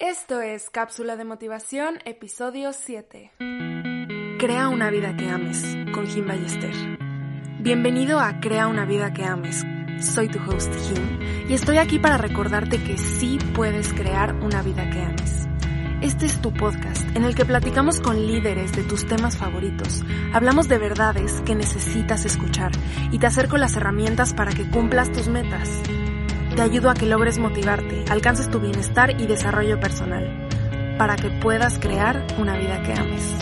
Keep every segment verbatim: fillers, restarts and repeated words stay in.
Esto es Cápsula de Motivación, episodio siete. Crea una vida que ames, con Jim Ballester. Bienvenido a Crea una vida que ames. Soy tu host Jim y estoy aquí para recordarte que sí puedes crear una vida que ames. Este es tu podcast en el que platicamos con líderes de tus temas favoritos, hablamos de verdades que necesitas escuchar y te acerco las herramientas para que cumplas tus metas. Te ayudo a que logres motivarte, alcances tu bienestar y desarrollo personal, para que puedas crear una vida que ames.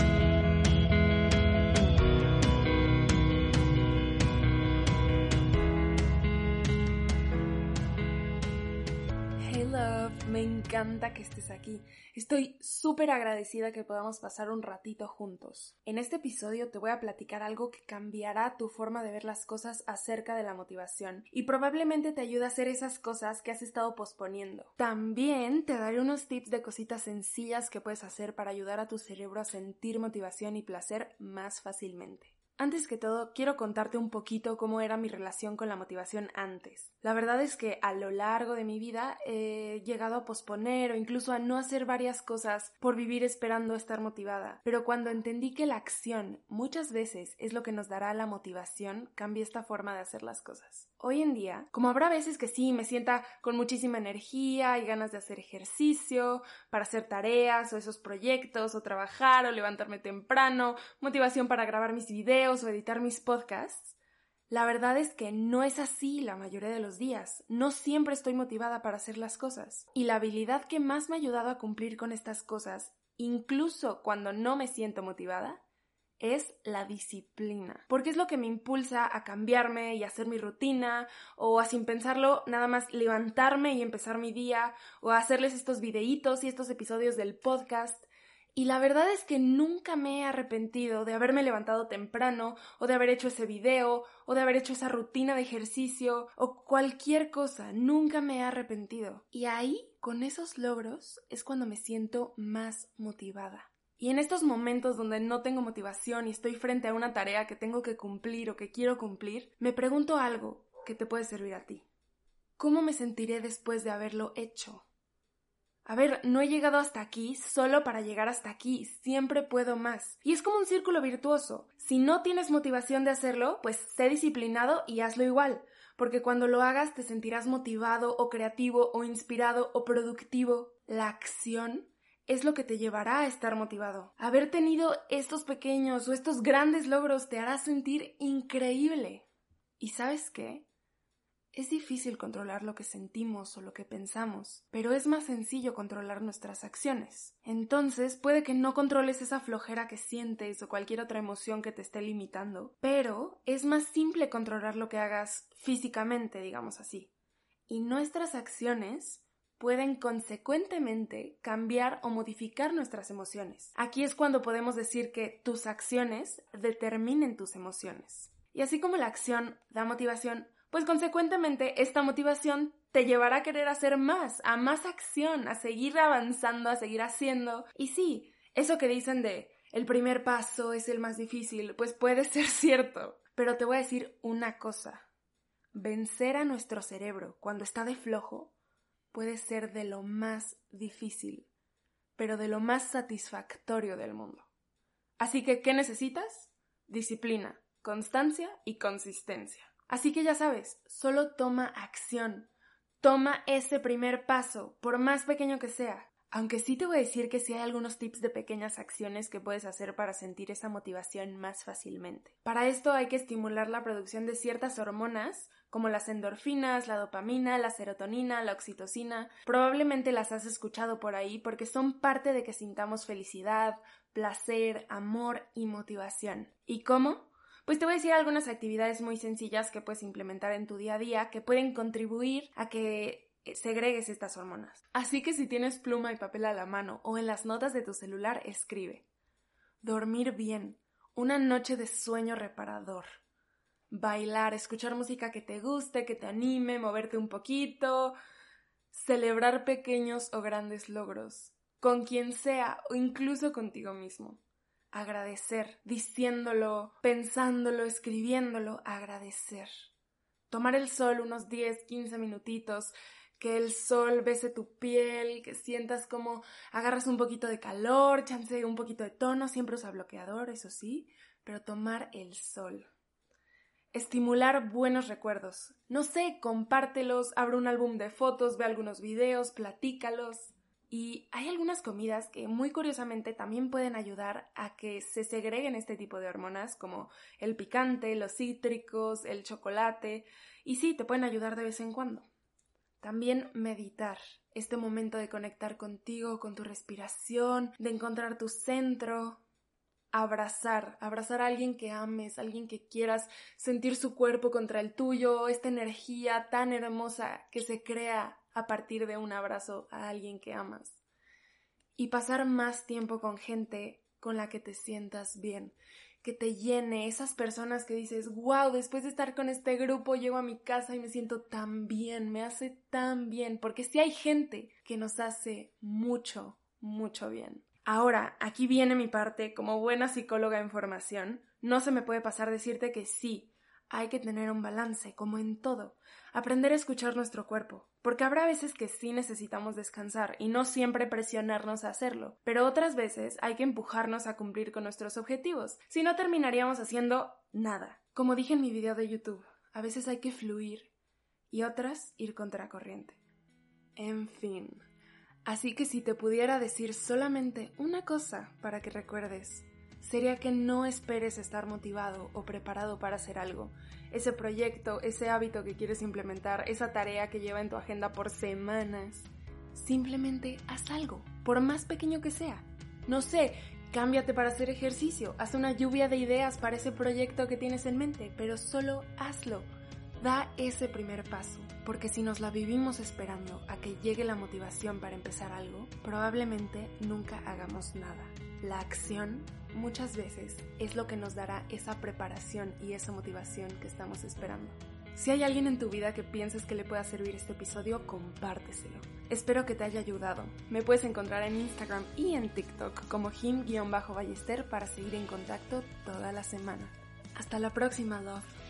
Hey love, me encanta que estés aquí. Estoy súper agradecida que podamos pasar un ratito juntos. En este episodio te voy a platicar algo que cambiará tu forma de ver las cosas acerca de la motivación y probablemente te ayude a hacer esas cosas que has estado posponiendo. También te daré unos tips de cositas sencillas que puedes hacer para ayudar a tu cerebro a sentir motivación y placer más fácilmente. Antes que todo, quiero contarte un poquito cómo era mi relación con la motivación antes. La verdad es que a lo largo de mi vida he llegado a posponer o incluso a no hacer varias cosas por vivir esperando estar motivada. Pero cuando entendí que la acción muchas veces es lo que nos dará la motivación, cambié esta forma de hacer las cosas. Hoy en día, como habrá veces que sí, me sienta con muchísima energía y ganas de hacer ejercicio, para hacer tareas o esos proyectos, o trabajar o levantarme temprano, motivación para grabar mis videos o editar mis podcasts, la verdad es que no es así la mayoría de los días. No siempre estoy motivada para hacer las cosas. Y la habilidad que más me ha ayudado a cumplir con estas cosas, incluso cuando no me siento motivada, es la disciplina. Porque es lo que me impulsa a cambiarme y hacer mi rutina, o a sin pensarlo nada más levantarme y empezar mi día, o a hacerles estos videitos y estos episodios del podcast. Y la verdad es que nunca me he arrepentido de haberme levantado temprano, o de haber hecho ese video, o de haber hecho esa rutina de ejercicio, o cualquier cosa. Nunca me he arrepentido. Y ahí, con esos logros, es cuando me siento más motivada. Y en estos momentos donde no tengo motivación y estoy frente a una tarea que tengo que cumplir o que quiero cumplir, me pregunto algo que te puede servir a ti. ¿Cómo me sentiré después de haberlo hecho? A ver, no he llegado hasta aquí solo para llegar hasta aquí, siempre puedo más. Y es como un círculo virtuoso. Si no tienes motivación de hacerlo, pues sé disciplinado y hazlo igual, porque cuando lo hagas te sentirás motivado o creativo o inspirado o productivo. La acción es lo que te llevará a estar motivado. Haber tenido estos pequeños o estos grandes logros te hará sentir increíble. ¿Y sabes qué? Es difícil controlar lo que sentimos o lo que pensamos, pero es más sencillo controlar nuestras acciones. Entonces, puede que no controles esa flojera que sientes o cualquier otra emoción que te esté limitando, pero es más simple controlar lo que hagas físicamente, digamos así. Y nuestras acciones pueden consecuentemente cambiar o modificar nuestras emociones. Aquí es cuando podemos decir que tus acciones determinen tus emociones. Y así como la acción da motivación, pues consecuentemente esta motivación te llevará a querer hacer más, a más acción, a seguir avanzando, a seguir haciendo. Y sí, eso que dicen de el primer paso es el más difícil, pues puede ser cierto. Pero te voy a decir una cosa. Vencer a nuestro cerebro cuando está de flojo puede ser de lo más difícil, pero de lo más satisfactorio del mundo. Así que, ¿qué necesitas? Disciplina, constancia y consistencia. Así que ya sabes, solo toma acción, toma ese primer paso, por más pequeño que sea. Aunque sí te voy a decir que sí hay algunos tips de pequeñas acciones que puedes hacer para sentir esa motivación más fácilmente. Para esto hay que estimular la producción de ciertas hormonas, como las endorfinas, la dopamina, la serotonina, la oxitocina. Probablemente las has escuchado por ahí porque son parte de que sintamos felicidad, placer, amor y motivación. ¿Y cómo? Pues te voy a decir algunas actividades muy sencillas que puedes implementar en tu día a día que pueden contribuir a que segregues estas hormonas. Así que si tienes pluma y papel a la mano o en las notas de tu celular, escribe. Dormir bien, una noche de sueño reparador. Bailar, escuchar música que te guste, que te anime, moverte un poquito. Celebrar pequeños o grandes logros, con quien sea o incluso contigo mismo. Agradecer, diciéndolo, pensándolo, escribiéndolo, agradecer. Tomar el sol unos diez, quince minutitos, que el sol bese tu piel, que sientas como agarras un poquito de calor, chance un poquito de tono, siempre usa bloqueador, eso sí, pero tomar el sol. Estimular buenos recuerdos. No sé, compártelos, abre un álbum de fotos, ve algunos videos, platícalos. Y hay algunas comidas que muy curiosamente también pueden ayudar a que se segreguen este tipo de hormonas, como el picante, los cítricos, el chocolate, y sí, te pueden ayudar de vez en cuando. También meditar, este momento de conectar contigo, con tu respiración, de encontrar tu centro. Abrazar, abrazar a alguien que ames, a alguien que quieras, sentir su cuerpo contra el tuyo, esta energía tan hermosa que se crea a partir de un abrazo a alguien que amas. Y pasar más tiempo con gente con la que te sientas bien, que te llene, esas personas que dices, wow, después de estar con este grupo llego a mi casa y me siento tan bien, me hace tan bien, porque sí hay gente que nos hace mucho, mucho bien. Ahora, aquí viene mi parte, como buena psicóloga en formación, no se me puede pasar decirte que sí, hay que tener un balance, como en todo, aprender a escuchar nuestro cuerpo, porque habrá veces que sí necesitamos descansar y no siempre presionarnos a hacerlo, pero otras veces hay que empujarnos a cumplir con nuestros objetivos, si no terminaríamos haciendo nada. Como dije en mi video de YouTube, a veces hay que fluir y otras ir contracorriente. En fin. Así que si te pudiera decir solamente una cosa para que recuerdes, sería que no esperes estar motivado o preparado para hacer algo. Ese proyecto, ese hábito que quieres implementar, esa tarea que lleva en tu agenda por semanas. Simplemente haz algo, por más pequeño que sea. No sé, cámbiate para hacer ejercicio, haz una lluvia de ideas para ese proyecto que tienes en mente, pero solo hazlo. Da ese primer paso, porque si nos la vivimos esperando a que llegue la motivación para empezar algo, probablemente nunca hagamos nada. La acción, muchas veces, es lo que nos dará esa preparación y esa motivación que estamos esperando. Si hay alguien en tu vida que pienses que le pueda servir este episodio, compárteselo. Espero que te haya ayudado. Me puedes encontrar en Instagram y en TikTok como jim guión bajo ballester para seguir en contacto toda la semana. Hasta la próxima, love.